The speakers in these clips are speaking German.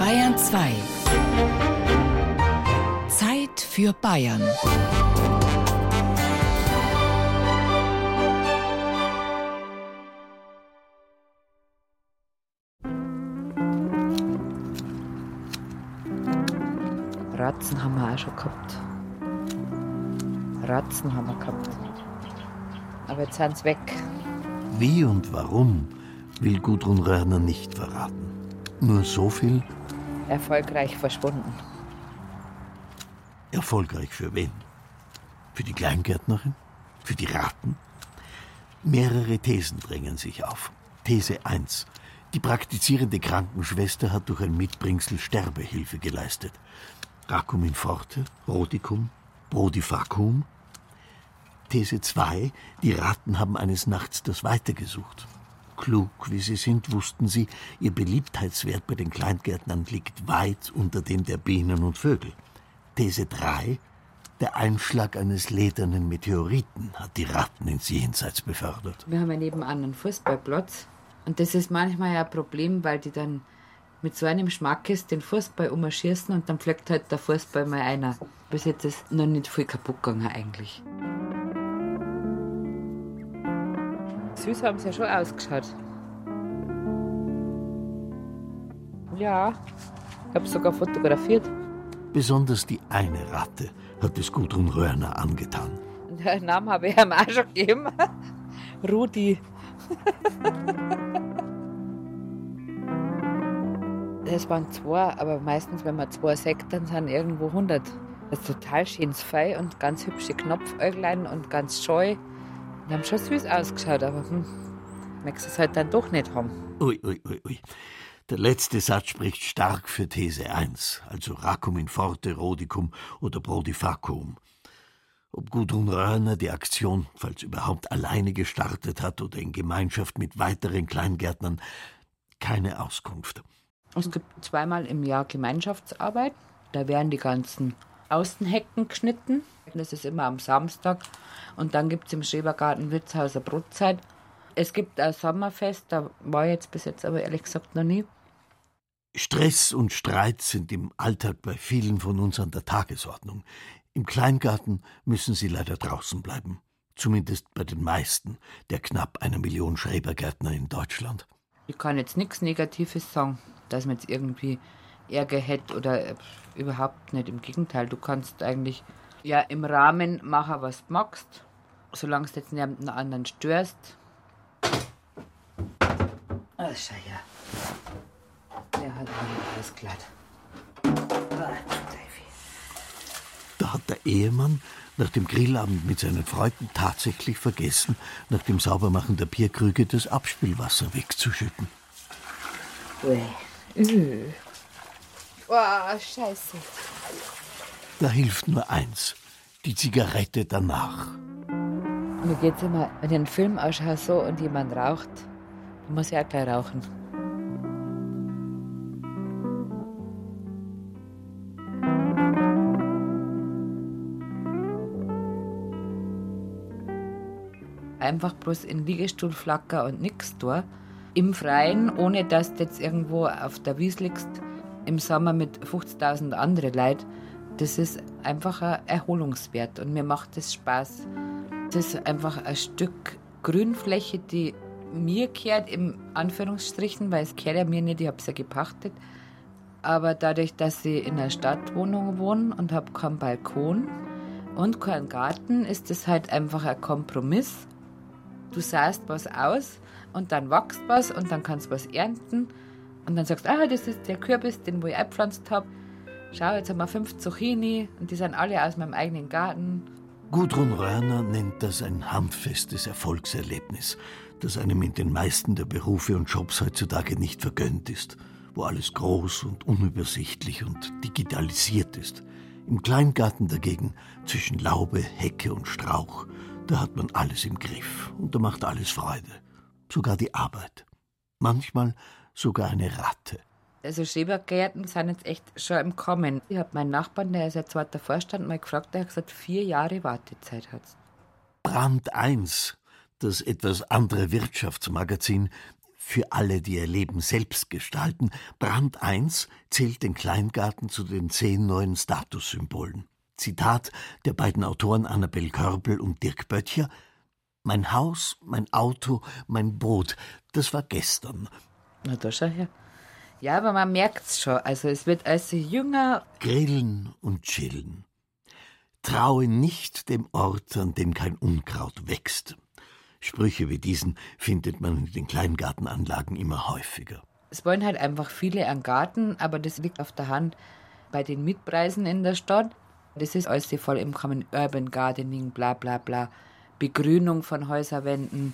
Bayern 2. Zeit für Bayern. Ratzen haben wir auch schon gehabt. Ratzen haben wir gehabt. Aber jetzt sind sie weg. Wie und warum will Gudrun Röhrner nicht verraten. Nur so viel. Erfolgreich verschwunden. Erfolgreich für wen? Für die Kleingärtnerin? Für die Ratten? Mehrere Thesen drängen sich auf. These 1. Die praktizierende Krankenschwester hat durch ein Mitbringsel Sterbehilfe geleistet. Racum in forte, Rodicum, Brodifacum. These 2. Die Ratten haben eines Nachts das Weite gesucht. Klug wie sie sind, wussten sie, ihr Beliebtheitswert bei den Kleingärtnern liegt weit unter dem der Bienen und Vögel. These 3. Der Einschlag eines ledernen Meteoriten hat die Ratten ins Jenseits befördert. Wir haben ja nebenan einen Fußballplatz. Und das ist manchmal ja ein Problem, weil die dann mit so einem Schmackes den Fußball umschießen und dann fliegt halt der Fußball mal einer. Bis jetzt ist noch nicht viel kaputt gegangen eigentlich. Süß haben sie ja schon ausgeschaut. Ja, ich habe sogar fotografiert. Besonders die eine Ratte hat es Gudrun Röhrner angetan. Und den Namen habe ich ihm auch schon gegeben. Rudi. Es waren 2, aber meistens, wenn man 2 sagt, dann sind irgendwo 100. Das ist total schönes Fell und ganz hübsche Knopfäuglein und ganz scheu. Die haben schon süß ausgeschaut, aber möchtest es halt dann doch nicht haben. Ui. Der letzte Satz spricht stark für These 1, also Racum in forte, Rodicum oder Brodifacum. Ob Gudrun Röhrner die Aktion, falls überhaupt, alleine gestartet hat oder in Gemeinschaft mit weiteren Kleingärtnern, keine Auskunft. Es gibt 2-mal im Jahr Gemeinschaftsarbeit. Da werden die ganzen Außenhecken geschnitten. Das ist immer am Samstag. Und dann gibt es im Schrebergarten Wirtshauser Brotzeit. Es gibt ein Sommerfest, da war ich jetzt bis jetzt aber ehrlich gesagt noch nie. Stress und Streit sind im Alltag bei vielen von uns an der Tagesordnung. Im Kleingarten müssen sie leider draußen bleiben. Zumindest bei den meisten der knapp 1 Million Schrebergärtner in Deutschland. Ich kann jetzt nichts Negatives sagen, dass man jetzt irgendwie Ärger hätte oder überhaupt nicht. Im Gegenteil, du kannst eigentlich ja im Rahmen machen, was du magst, solange du jetzt niemanden anderen störst. Ah, schau her. Der hat ein Hauskleid. Da hat der Ehemann nach dem Grillabend mit seinen Freunden tatsächlich vergessen, nach dem Saubermachen der Bierkrüge das Abspülwasser wegzuschütten. Oh, scheiße. Da hilft nur eins, die Zigarette danach. Mir geht's immer, wenn ich einen Film anschaue so und jemand raucht, dann muss ich auch gleich rauchen. Einfach bloß in den Liegestuhl flacker und nix tun. Im Freien, ohne dass du jetzt irgendwo auf der Wies liegst, im Sommer mit 50.000 anderen Leuten, das ist einfach ein Erholungswert und mir macht das Spaß. Das ist einfach ein Stück Grünfläche, die mir gehört, im Anführungsstrichen, weil es gehört ja mir nicht, ich habe es ja gepachtet. Aber dadurch, dass ich in einer Stadtwohnung wohne und habe keinen Balkon und keinen Garten, ist das halt einfach ein Kompromiss. Du säst was aus und dann wächst was und dann kannst du was ernten und dann sagst du, das ist der Kürbis, den ich eingepflanzt habe. Schau, jetzt haben wir 5 Zucchini und die sind alle aus meinem eigenen Garten. Gudrun Röhrner nennt das ein handfestes Erfolgserlebnis, das einem in den meisten der Berufe und Jobs heutzutage nicht vergönnt ist, wo alles groß und unübersichtlich und digitalisiert ist. Im Kleingarten dagegen, zwischen Laube, Hecke und Strauch, da hat man alles im Griff und da macht alles Freude, sogar die Arbeit. Manchmal sogar eine Ratte. Also Schrebergärten sind jetzt echt schon im Kommen. Ich habe meinen Nachbarn, der ist ja zweiter Vorstand, mal gefragt, der hat gesagt, 4 Jahre Wartezeit hat's. Brand 1, das etwas andere Wirtschaftsmagazin, für alle, die ihr Leben selbst gestalten. Brand 1 zählt den Kleingarten zu den 10 neuen Statussymbolen. Zitat der beiden Autoren Annabel Körbel und Dirk Böttcher: Mein Haus, mein Auto, mein Boot, das war gestern. Na, da schau her. Ja, aber man merkt's schon. Also es wird also jünger. Grillen und chillen. Traue nicht dem Ort, an dem kein Unkraut wächst. Sprüche wie diesen findet man in den Kleingartenanlagen immer häufiger. Es wollen halt einfach viele einen Garten, aber das liegt auf der Hand bei den Mietpreisen in der Stadt. Das ist alles voll im Kommen Urban Gardening, bla bla bla. Begrünung von Häuserwänden.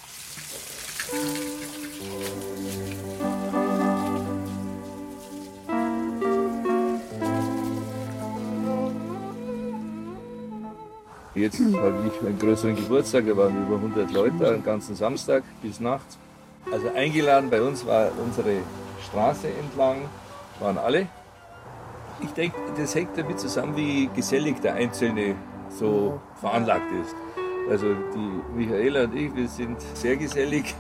Jetzt habe ich einen größeren Geburtstag, da waren über 100 Leute, einen ganzen Samstag bis nachts. Also eingeladen bei uns war unsere Straße entlang, waren alle. Ich denke, das hängt damit zusammen, wie gesellig der Einzelne so veranlagt ist. Also die Michaela und ich, wir sind sehr gesellig.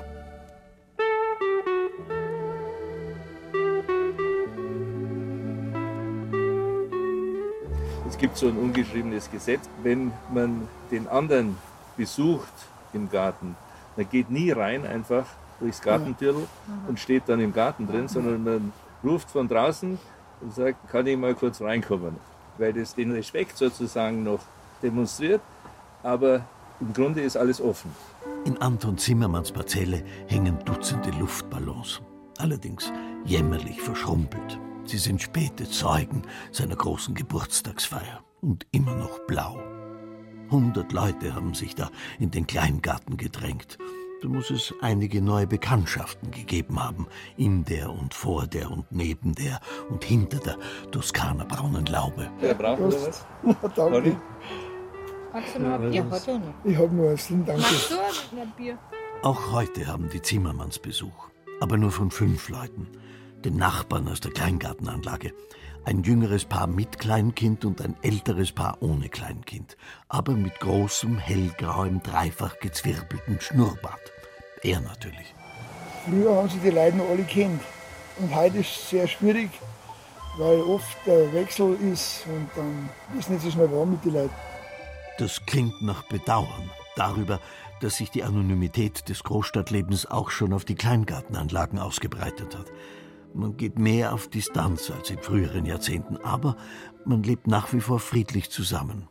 Es gibt so ein ungeschriebenes Gesetz, wenn man den anderen besucht im Garten, man geht nie rein einfach durchs Gartentürl und steht dann im Garten drin, sondern man ruft von draußen und sagt, kann ich mal kurz reinkommen, weil das den Respekt sozusagen noch demonstriert, aber im Grunde ist alles offen. In Anton Zimmermanns Parzelle hängen Dutzende Luftballons, allerdings jämmerlich verschrumpelt. Sie sind späte Zeugen seiner großen Geburtstagsfeier und immer noch blau. 100 Leute haben sich da in den Kleingarten gedrängt. Da muss es einige neue Bekanntschaften gegeben haben, in der und vor der und neben der und hinter der Toskanerbraunen Laube. Wer braucht oder was? Danke. Magst du noch ein Bier? Hat er noch? Ich habe nur eins, danke. Magst du ein Bier? Auch heute haben die Zimmermanns Besuch, aber nur von 5 Leuten, den Nachbarn aus der Kleingartenanlage. Ein jüngeres Paar mit Kleinkind und ein älteres Paar ohne Kleinkind, aber mit großem, hellgrauem, dreifach gezwirbelten Schnurrbart. Er natürlich. Früher haben sie die Leute noch alle kennt. Und heute ist es sehr schwierig, weil oft der Wechsel ist und dann ist nicht so schnell warm mit den Leuten. Das klingt nach Bedauern darüber, dass sich die Anonymität des Großstadtlebens auch schon auf die Kleingartenanlagen ausgebreitet hat. Man geht mehr auf Distanz als in früheren Jahrzehnten, aber man lebt nach wie vor friedlich zusammen.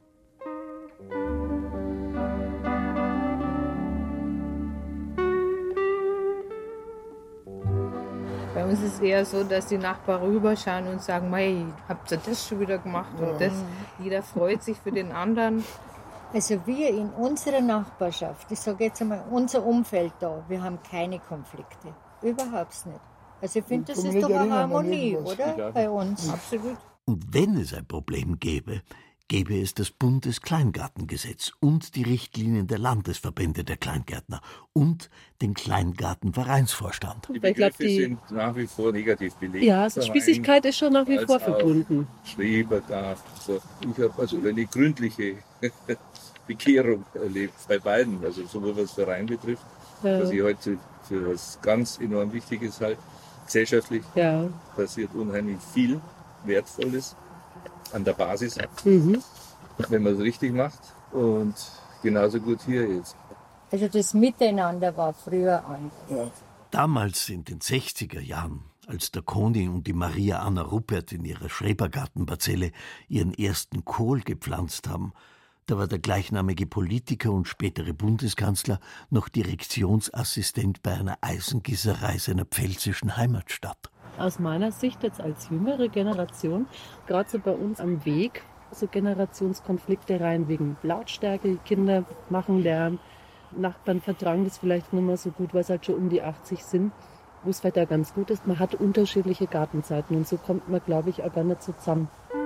Bei uns ist es eher so, dass die Nachbarn rüberschauen und sagen, mei, habt ihr das schon wieder gemacht? Und das, jeder freut sich für den anderen. Also wir in unserer Nachbarschaft, ich sage jetzt einmal, unser Umfeld da, wir haben keine Konflikte. Überhaupt nicht. Also ich finde, das ist doch eine Harmonie, oder? Bei uns. Absolut. Und wenn es ein Problem gäbe, gäbe es das Bundeskleingartengesetz und die Richtlinien der Landesverbände der Kleingärtner und den Kleingartenvereinsvorstand. Die Begriffe sind nach wie vor negativ belegt. Ja, also Spießigkeit ist schon nach wie vor verbunden. Schrebergarten. Also ich habe also eine gründliche Bekehrung erlebt bei beiden, also sowohl was Verein betrifft, was ich heute für was ganz enorm Wichtiges halte. Gesellschaftlich passiert unheimlich viel Wertvolles an der Basis, wenn man es richtig macht. Und genauso gut hier jetzt. Also das Miteinander war früher anders. Ja. Damals in den 60er Jahren, als der Koni und die Maria Anna Ruppert in ihrer Schrebergartenparzelle ihren ersten Kohl gepflanzt haben, da war der gleichnamige Politiker und spätere Bundeskanzler noch Direktionsassistent bei einer Eisengießerei seiner pfälzischen Heimatstadt. Aus meiner Sicht jetzt als jüngere Generation, gerade so bei uns am Weg, so Generationskonflikte rein wegen Lautstärke, Kinder machen Lärm, Nachbarn vertragen das vielleicht nicht mehr so gut, weil sie halt schon um die 80 sind, wo es vielleicht auch ganz gut ist, man hat unterschiedliche Gartenzeiten und so kommt man, glaube ich, auch gar nicht so zusammen.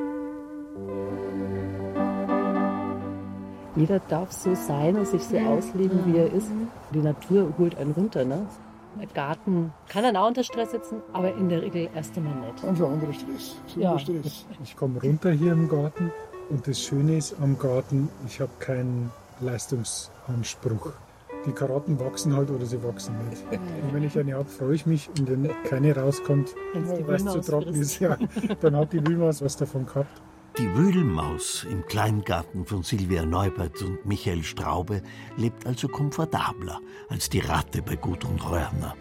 Jeder darf so sein und sich so ausleben, wie er ist. Die Natur holt einen runter, ne? Der Garten kann einen auch unter Stress setzen, aber in der Regel erst einmal nicht. Ganz ein anderer Stress. Stress. Ich komme runter hier im Garten und das Schöne ist am Garten, ich habe keinen Leistungsanspruch. Die Karotten wachsen halt oder sie wachsen nicht. Und wenn ich eine habe, freue ich mich. Und wenn keine rauskommt, weil es zu trocken ist, ja, dann hat die Wühlmaus was davon gehabt. Die Wühlmaus im Kleingarten von Silvia Neubert und Michael Straube lebt also komfortabler als die Ratte bei Gudrun Röhrner.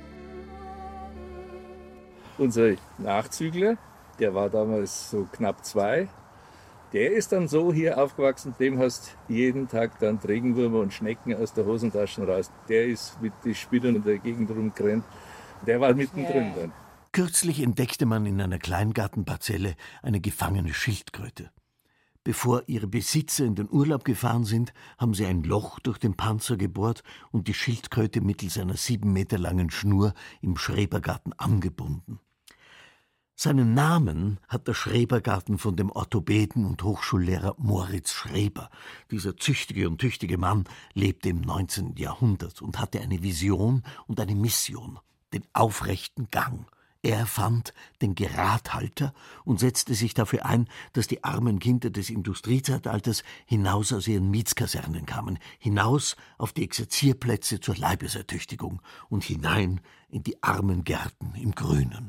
Unser Nachzügler, der war damals so knapp 2, der ist dann so hier aufgewachsen, dem hast jeden Tag dann Regenwürmer und Schnecken aus der Hosentasche raus. Der ist mit den Spinnern in der Gegend rumgerannt, der war mittendrin dann. Kürzlich entdeckte man in einer Kleingartenparzelle eine gefangene Schildkröte. Bevor ihre Besitzer in den Urlaub gefahren sind, haben sie ein Loch durch den Panzer gebohrt und die Schildkröte mittels einer 7 Meter langen Schnur im Schrebergarten angebunden. Seinen Namen hat der Schrebergarten von dem Orthopäden und Hochschullehrer Moritz Schreber. Dieser züchtige und tüchtige Mann lebte im 19. Jahrhundert und hatte eine Vision und eine Mission, den aufrechten Gang. Er erfand den Geradhalter und setzte sich dafür ein, dass die armen Kinder des Industriezeitalters hinaus aus ihren Mietskasernen kamen, hinaus auf die Exerzierplätze zur Leibesertüchtigung und hinein in die armen Gärten im Grünen.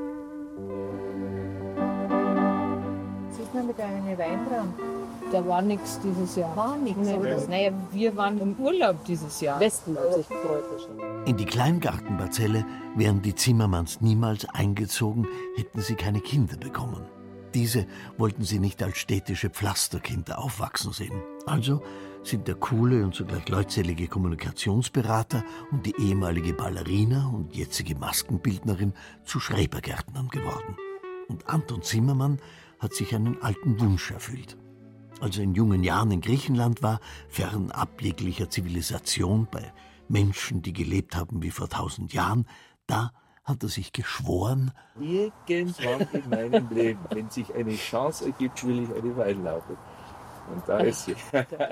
Sieht man mit einem Weintraum? Da war nichts dieses Jahr. War nichts, oder? Naja, wir waren im Urlaub dieses Jahr. Westen hat sich gefreut schon. In die Kleingartenparzelle wären die Zimmermanns niemals eingezogen, hätten sie keine Kinder bekommen. Diese wollten sie nicht als städtische Pflasterkinder aufwachsen sehen. Also sind der coole und zugleich leutselige Kommunikationsberater und die ehemalige Ballerina und jetzige Maskenbildnerin zu Schrebergärtnern geworden. Und Anton Zimmermann hat sich einen alten Wunsch erfüllt. Als er in jungen Jahren in Griechenland war, fernab jeglicher Zivilisation, bei Menschen, die gelebt haben wie vor 1000 Jahren, da hat er sich geschworen, irgendwann in meinem Leben, wenn sich eine Chance ergibt, will ich eine Weinlaube. Und da ist sie.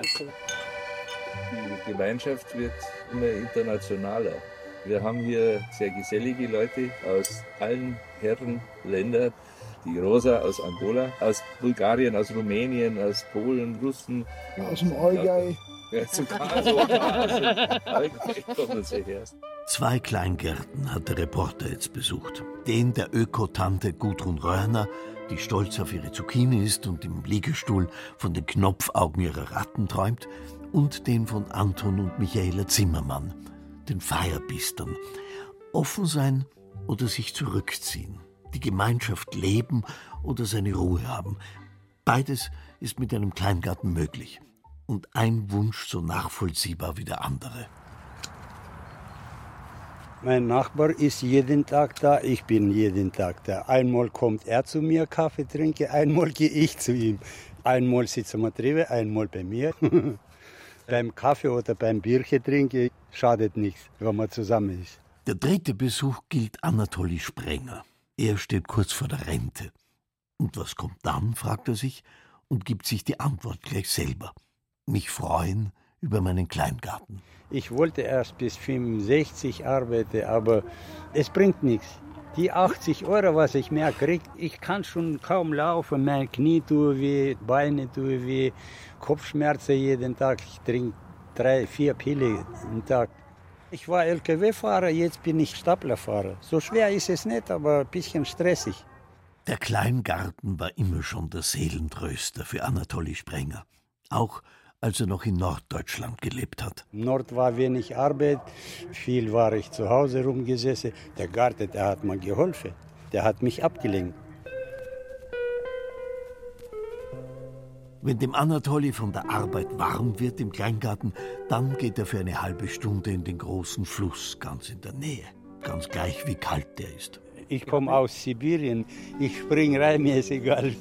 Die Gemeinschaft wird immer internationaler. Wir haben hier sehr gesellige Leute aus allen Herrenländern. Die Rosa aus Angola, aus Bulgarien, aus Rumänien, aus Polen, Russen. Aus dem Allgäu. Ja, sogar so. Allgäu kommen sie her. 2 Kleingärten hat der Reporter jetzt besucht. Den der Öko-Tante Gudrun Röhrner, die stolz auf ihre Zucchini ist und im Liegestuhl von den Knopfaugen ihrer Ratten träumt, und den von Anton und Michaela Zimmermann, den Feierbistern. Offen sein oder sich zurückziehen. Die Gemeinschaft leben oder seine Ruhe haben. Beides ist mit einem Kleingarten möglich. Und ein Wunsch so nachvollziehbar wie der andere. Mein Nachbar ist jeden Tag da, ich bin jeden Tag da. Einmal kommt er zu mir, Kaffee trinke, einmal gehe ich zu ihm. Einmal sitzen wir drüben, einmal bei mir. Beim Kaffee oder beim Bierchen trinken schadet nichts, wenn man zusammen ist. Der 3. Besuch gilt Anatoli Sprenger. Er steht kurz vor der Rente. Und was kommt dann, fragt er sich und gibt sich die Antwort gleich selber. Mich freuen über meinen Kleingarten. Ich wollte erst bis 65 arbeiten, aber es bringt nichts. Die 80 €, was ich mehr kriege, ich kann schon kaum laufen. Mein Knie tut weh, Beine tun weh, Kopfschmerzen jeden Tag. Ich trinke 3-4 Pillen am Tag. Ich war LKW-Fahrer, jetzt bin ich Staplerfahrer. So schwer ist es nicht, aber ein bisschen stressig. Der Kleingarten war immer schon der Seelentröster für Anatoli Sprenger. Auch als er noch in Norddeutschland gelebt hat. Im Nord war wenig Arbeit, viel war ich zu Hause rumgesessen. Der Garten, der hat mir geholfen, der hat mich abgelenkt. Wenn dem Anatoli von der Arbeit warm wird im Kleingarten, dann geht er für eine halbe Stunde in den großen Fluss, ganz in der Nähe. Ganz gleich, wie kalt der ist. Ich komme aus Sibirien, ich springe rein, mir ist egal.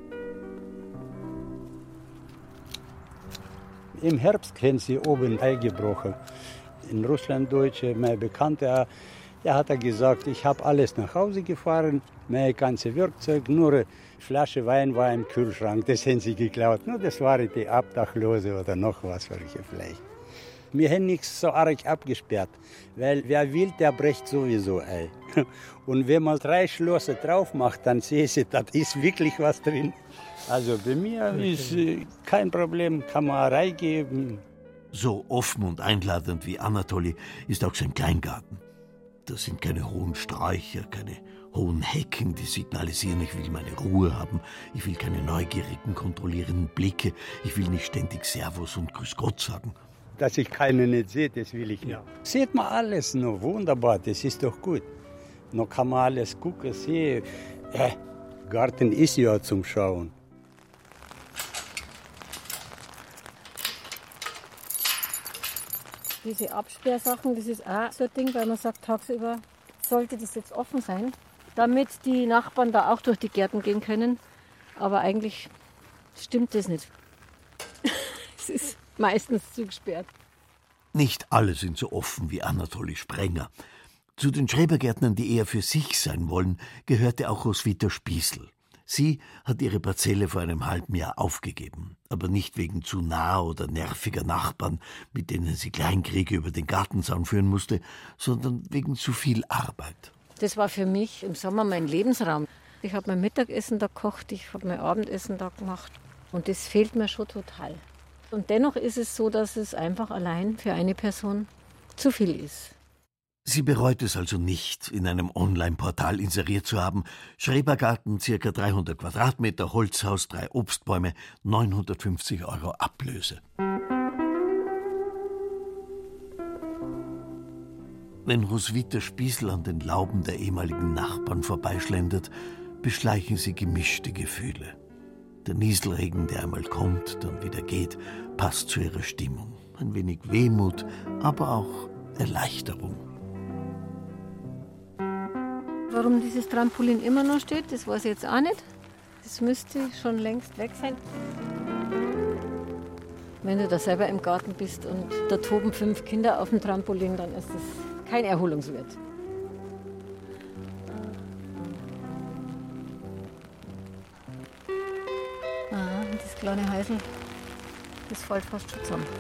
Im Herbst haben sie oben eingebrochen. In Russland Deutsche, mein Bekannter, der hat gesagt, ich habe alles nach Hause gefahren, mein ganzes Werkzeug, nur eine Flasche Wein war im Kühlschrank, das haben sie geklaut. Nur das waren die Obdachlose oder noch was, welche vielleicht. Wir haben nichts so arg abgesperrt, weil wer will, der bricht sowieso ein. Und wenn man 3 Schlösser drauf macht, dann sehen Sie, das ist wirklich was drin. Also bei mir ist kein Problem, kann man reingeben. So offen und einladend wie Anatoli ist auch sein Kleingarten. Das sind keine hohen Sträucher, keine hohen Hecken, die signalisieren, ich will meine Ruhe haben, ich will keine neugierigen, kontrollierenden Blicke, ich will nicht ständig Servus und Grüß Gott sagen. Dass ich keinen nicht sehe, das will ich nicht. Ja. Sieht man alles noch wunderbar, das ist doch gut. Noch kann man alles gucken, sehen. Garten ist ja zum Schauen. Diese Absperrsachen, das ist auch so ein Ding, weil man sagt, tagsüber sollte das jetzt offen sein, damit die Nachbarn da auch durch die Gärten gehen können. Aber eigentlich stimmt das nicht. Es ist meistens zugesperrt. Nicht alle sind so offen wie Anatoli Sprenger. Zu den Schrebergärtnern, die eher für sich sein wollen, gehörte auch Roswitha Spießl. Sie hat ihre Parzelle vor einem halben Jahr aufgegeben, aber nicht wegen zu naher oder nerviger Nachbarn, mit denen sie Kleinkriege über den Gartenzaun führen musste, sondern wegen zu viel Arbeit. Das war für mich im Sommer mein Lebensraum. Ich habe mein Mittagessen da gekocht, ich habe mein Abendessen da gemacht und das fehlt mir schon total. Und dennoch ist es so, dass es einfach allein für eine Person zu viel ist. Sie bereut es also nicht, in einem Online-Portal inseriert zu haben. Schrebergarten, ca. 300 Quadratmeter, Holzhaus, 3 Obstbäume, 950 € Ablöse. Wenn Roswitha Spießl an den Lauben der ehemaligen Nachbarn vorbeischlendert, beschleichen sie gemischte Gefühle. Der Nieselregen, der einmal kommt, dann wieder geht, passt zu ihrer Stimmung. Ein wenig Wehmut, aber auch Erleichterung. Warum dieses Trampolin immer noch steht, das weiß ich jetzt auch nicht. Das müsste schon längst weg sein. Wenn du da selber im Garten bist und da toben 5 Kinder auf dem Trampolin, dann ist das kein Erholungswert. Das kleine Häusl, das fällt fast schon zusammen.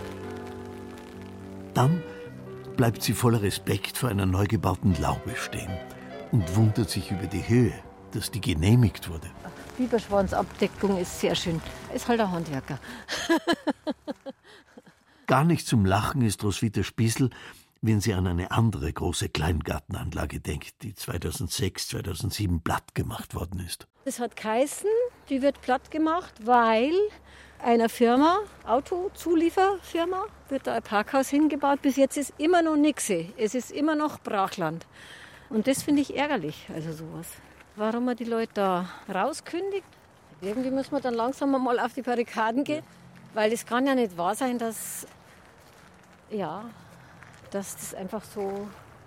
Dann bleibt sie voller Respekt vor einer neu gebauten Laube stehen und wundert sich über die Höhe, dass die genehmigt wurde. Biberschwanzabdeckung ist sehr schön. Ist halt ein Handwerker. Gar nicht zum Lachen ist Roswitha Spießl, wenn sie an eine andere große Kleingartenanlage denkt, die 2006, 2007 platt gemacht worden ist. Das hat geheißen, die wird platt gemacht, weil einer Firma, Autozulieferfirma, wird da ein Parkhaus hingebaut. Bis jetzt ist immer noch nichts. Es ist immer noch Brachland. Und das finde ich ärgerlich, also sowas. Warum man die Leute da rauskündigt? Irgendwie muss man dann langsam mal auf die Barrikaden gehen, weil es kann ja nicht wahr sein, dass das einfach so,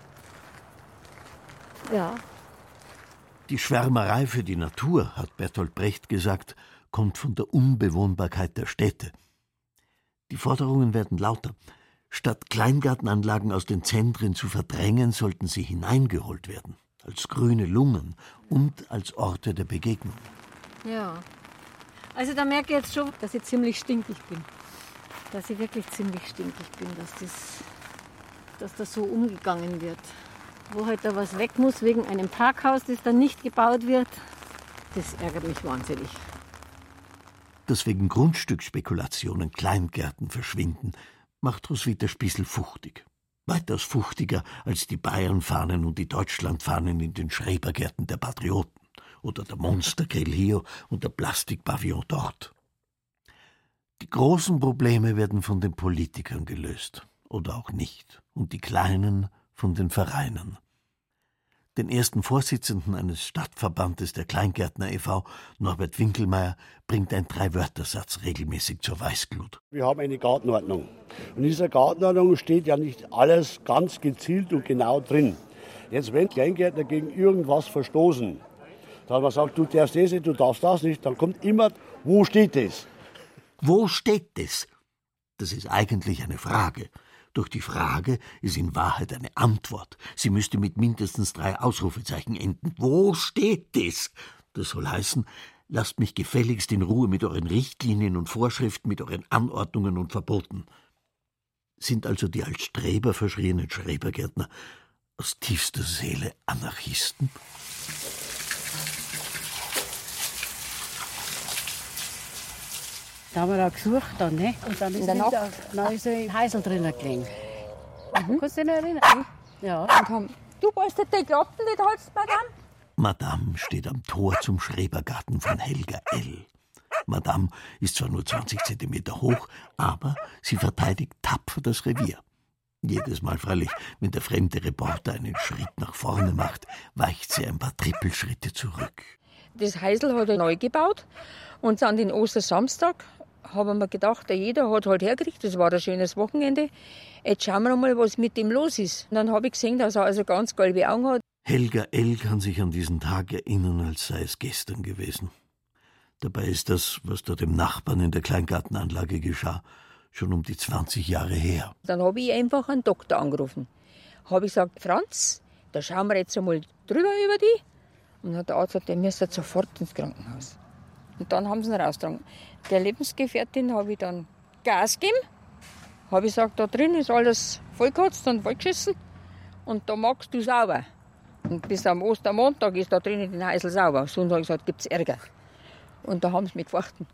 Die Schwärmerei für die Natur, hat Bertolt Brecht gesagt, kommt von der Unbewohnbarkeit der Städte. Die Forderungen werden lauter. Statt Kleingartenanlagen aus den Zentren zu verdrängen, sollten sie hineingeholt werden, als grüne Lungen und als Orte der Begegnung. Ja, also da merke ich jetzt schon, dass ich ziemlich stinkig bin. Dass ich wirklich ziemlich stinkig bin, dass das so umgegangen wird. Wo halt da was weg muss wegen einem Parkhaus, das dann nicht gebaut wird, das ärgert mich wahnsinnig. Dass wegen Grundstücksspekulationen Kleingärten verschwinden, macht Roswitha Spießl fuchtig. Weitaus fuchtiger als die Bayernfahnen und die Deutschlandfahnen in den Schrebergärten der Patrioten oder der Monstergrill hier und der Plastikpavillon dort. Die großen Probleme werden von den Politikern gelöst oder auch nicht und die kleinen von den Vereinen. Den ersten Vorsitzenden eines Stadtverbandes der Kleingärtner e.V., Norbert Winkelmeier, bringt ein 3-Wörtersatz regelmäßig zur Weißglut. Wir haben eine Gartenordnung. Und in dieser Gartenordnung steht ja nicht alles ganz gezielt und genau drin. Jetzt, wenn Kleingärtner gegen irgendwas verstoßen, dann man sagt, du darfst das nicht, du darfst das nicht, dann kommt immer, wo steht das? Wo steht das? Das ist eigentlich eine Frage. Doch die Frage ist in Wahrheit eine Antwort. Sie müsste mit mindestens 3 Ausrufezeichen enden. Wo steht das? Das soll heißen, lasst mich gefälligst in Ruhe mit euren Richtlinien und Vorschriften, mit euren Anordnungen und Verboten. Sind also die als Streber verschrienen Schrebergärtner aus tiefster Seele Anarchisten? Da haben wir da gesucht dann, ne? Und dann ist so ein Heisel drinnen gelegen. Kannst du dich noch erinnern? Ja. Du weißt nicht, die Klappen, die du hältst, Madame? Madame steht am Tor zum Schrebergarten von Helga L. Madame ist zwar nur 20 Zentimeter hoch, aber sie verteidigt tapfer das Revier. Jedes Mal freilich, wenn der fremde Reporter einen Schritt nach vorne macht, weicht sie ein paar Trippelschritte zurück. Das Heisel hat er neu gebaut und an den Ostersamstag haben wir gedacht, jeder hat halt hergekriegt, das war ein schönes Wochenende. Jetzt schauen wir mal, was mit dem los ist. Und dann habe ich gesehen, dass er also ganz gelbe Augen hat. Helga L. kann sich an diesen Tag erinnern, als sei es gestern gewesen. Dabei ist das, was dort dem Nachbarn in der Kleingartenanlage geschah, schon um die 20 Jahre her. Dann habe ich einfach einen Doktor angerufen. Habe ich gesagt, Franz, da schauen wir jetzt einmal drüber über die. Und dann hat der Arzt gesagt, der müsste sofort ins Krankenhaus. Und dann haben sie ihn rausgetragen. Der Lebensgefährtin habe ich dann Gas gegeben. Habe ich gesagt, da drin ist alles vollgekotzt und vollgeschissen. Und da magst du sauber. Und bis am Ostermontag ist da drinnen den Heisel sauber. Sonst habe ich gesagt, gibt es Ärger. Und da haben sie mich gefochten.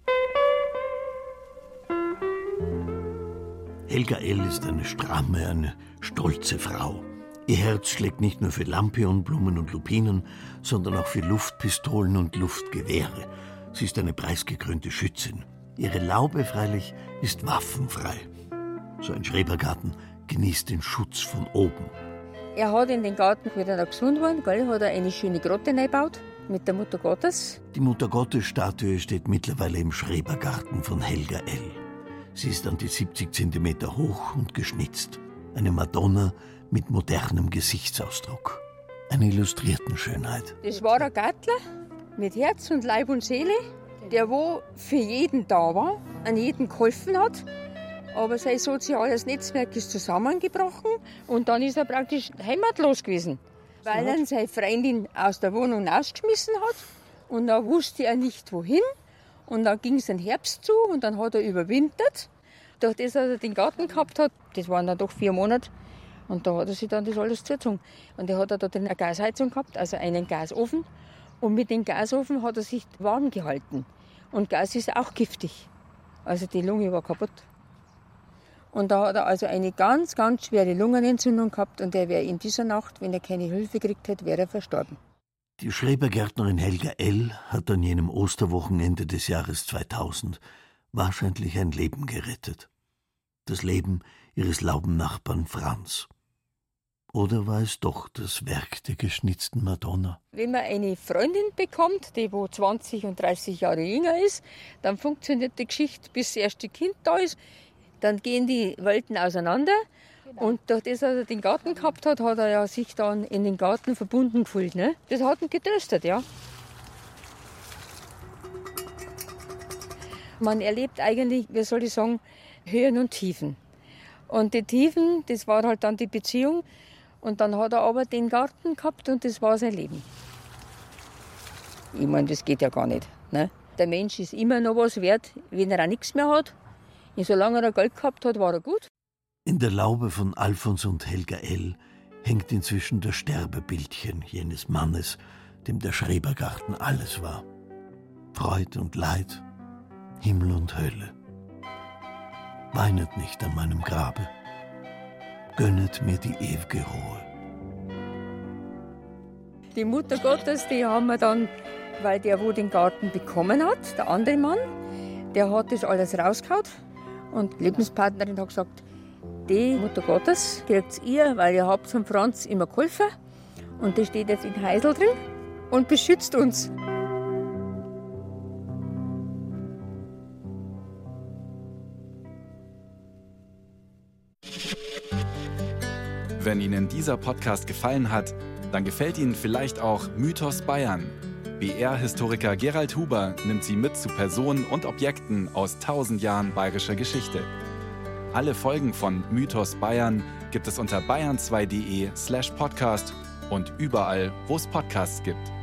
Helga L. ist eine stramme, eine stolze Frau. Ihr Herz schlägt nicht nur für Lampion, und Lupinen, sondern auch für Luftpistolen und Luftgewehre. Sie ist eine preisgekrönte Schützin. Ihre Laube freilich ist waffenfrei. So ein Schrebergarten genießt den Schutz von oben. Er hat in den Garten, wie er gesund war, hat er eine schöne Grotte eingebaut mit der Mutter Gottes. Die Mutter Gottes-Statue steht mittlerweile im Schrebergarten von Helga L. Sie ist an die 70 Zentimeter hoch und geschnitzt. Eine Madonna mit modernem Gesichtsausdruck. Eine Illustriertenschönheit. Das war ein Gattler mit Herz und Leib und Seele, der wo für jeden da war, an jeden geholfen hat. Aber sein soziales Netzwerk ist zusammengebrochen und dann ist er praktisch heimatlos gewesen, weil er seine Freundin aus der Wohnung rausgeschmissen hat und dann wusste er nicht wohin und dann ging es den Herbst zu und dann hat er überwintert. Durch das, dass er den Garten gehabt hat, das waren dann doch 4 Monate und da hat er sich dann das alles zugezogen. Und er hat da drin eine Gasheizung gehabt, also einen Gasofen und mit dem Gasofen hat er sich warm gehalten. Und Gas ist auch giftig, also die Lunge war kaputt. Und da hat er also eine ganz, ganz schwere Lungenentzündung gehabt und er wäre in dieser Nacht, wenn er keine Hilfe gekriegt hätte, wäre er verstorben. Die Schrebergärtnerin Helga L. hat an jenem Osterwochenende des Jahres 2000 wahrscheinlich ein Leben gerettet. Das Leben ihres Laubennachbarn Franz. Oder war es doch das Werk der geschnitzten Madonna? Wenn man eine Freundin bekommt, die wo 20 und 30 Jahre jünger ist, dann funktioniert die Geschichte, bis das erste Kind da ist. Dann gehen die Welten auseinander. Genau. Und durch das, dass er den Garten gehabt hat, hat er ja sich dann in den Garten verbunden gefühlt. Ne? Das hat ihn getröstet, ja. Man erlebt eigentlich, wie soll ich sagen, Höhen und Tiefen. Und die Tiefen, das war halt dann die Beziehung. Und dann hat er aber den Garten gehabt und das war sein Leben. Ich meine, das geht ja gar nicht. Ne? Der Mensch ist immer noch was wert, wenn er auch nichts mehr hat. Und solange er Geld gehabt hat, war er gut. In der Laube von Alfons und Helga L. hängt inzwischen das Sterbebildchen jenes Mannes, dem der Schrebergarten alles war. Freud und Leid, Himmel und Hölle. Weinet nicht an meinem Grabe, gönnet mir die ewige Ruhe. Die Mutter Gottes, die haben wir dann, weil der, wo den Garten bekommen hat, der andere Mann, der hat das alles rausgehauen. Und die Lebenspartnerin hat gesagt, die Mutter Gottes kriegt ihr, weil ihr habt zum Franz immer geholfen. Und die steht jetzt in Heisel drin und beschützt uns. Wenn Ihnen dieser Podcast gefallen hat, dann gefällt Ihnen vielleicht auch Mythos Bayern. BR-Historiker Gerald Huber nimmt Sie mit zu Personen und Objekten aus 1000 Jahren bayerischer Geschichte. Alle Folgen von Mythos Bayern gibt es unter bayern2.de/podcast und überall, wo es Podcasts gibt.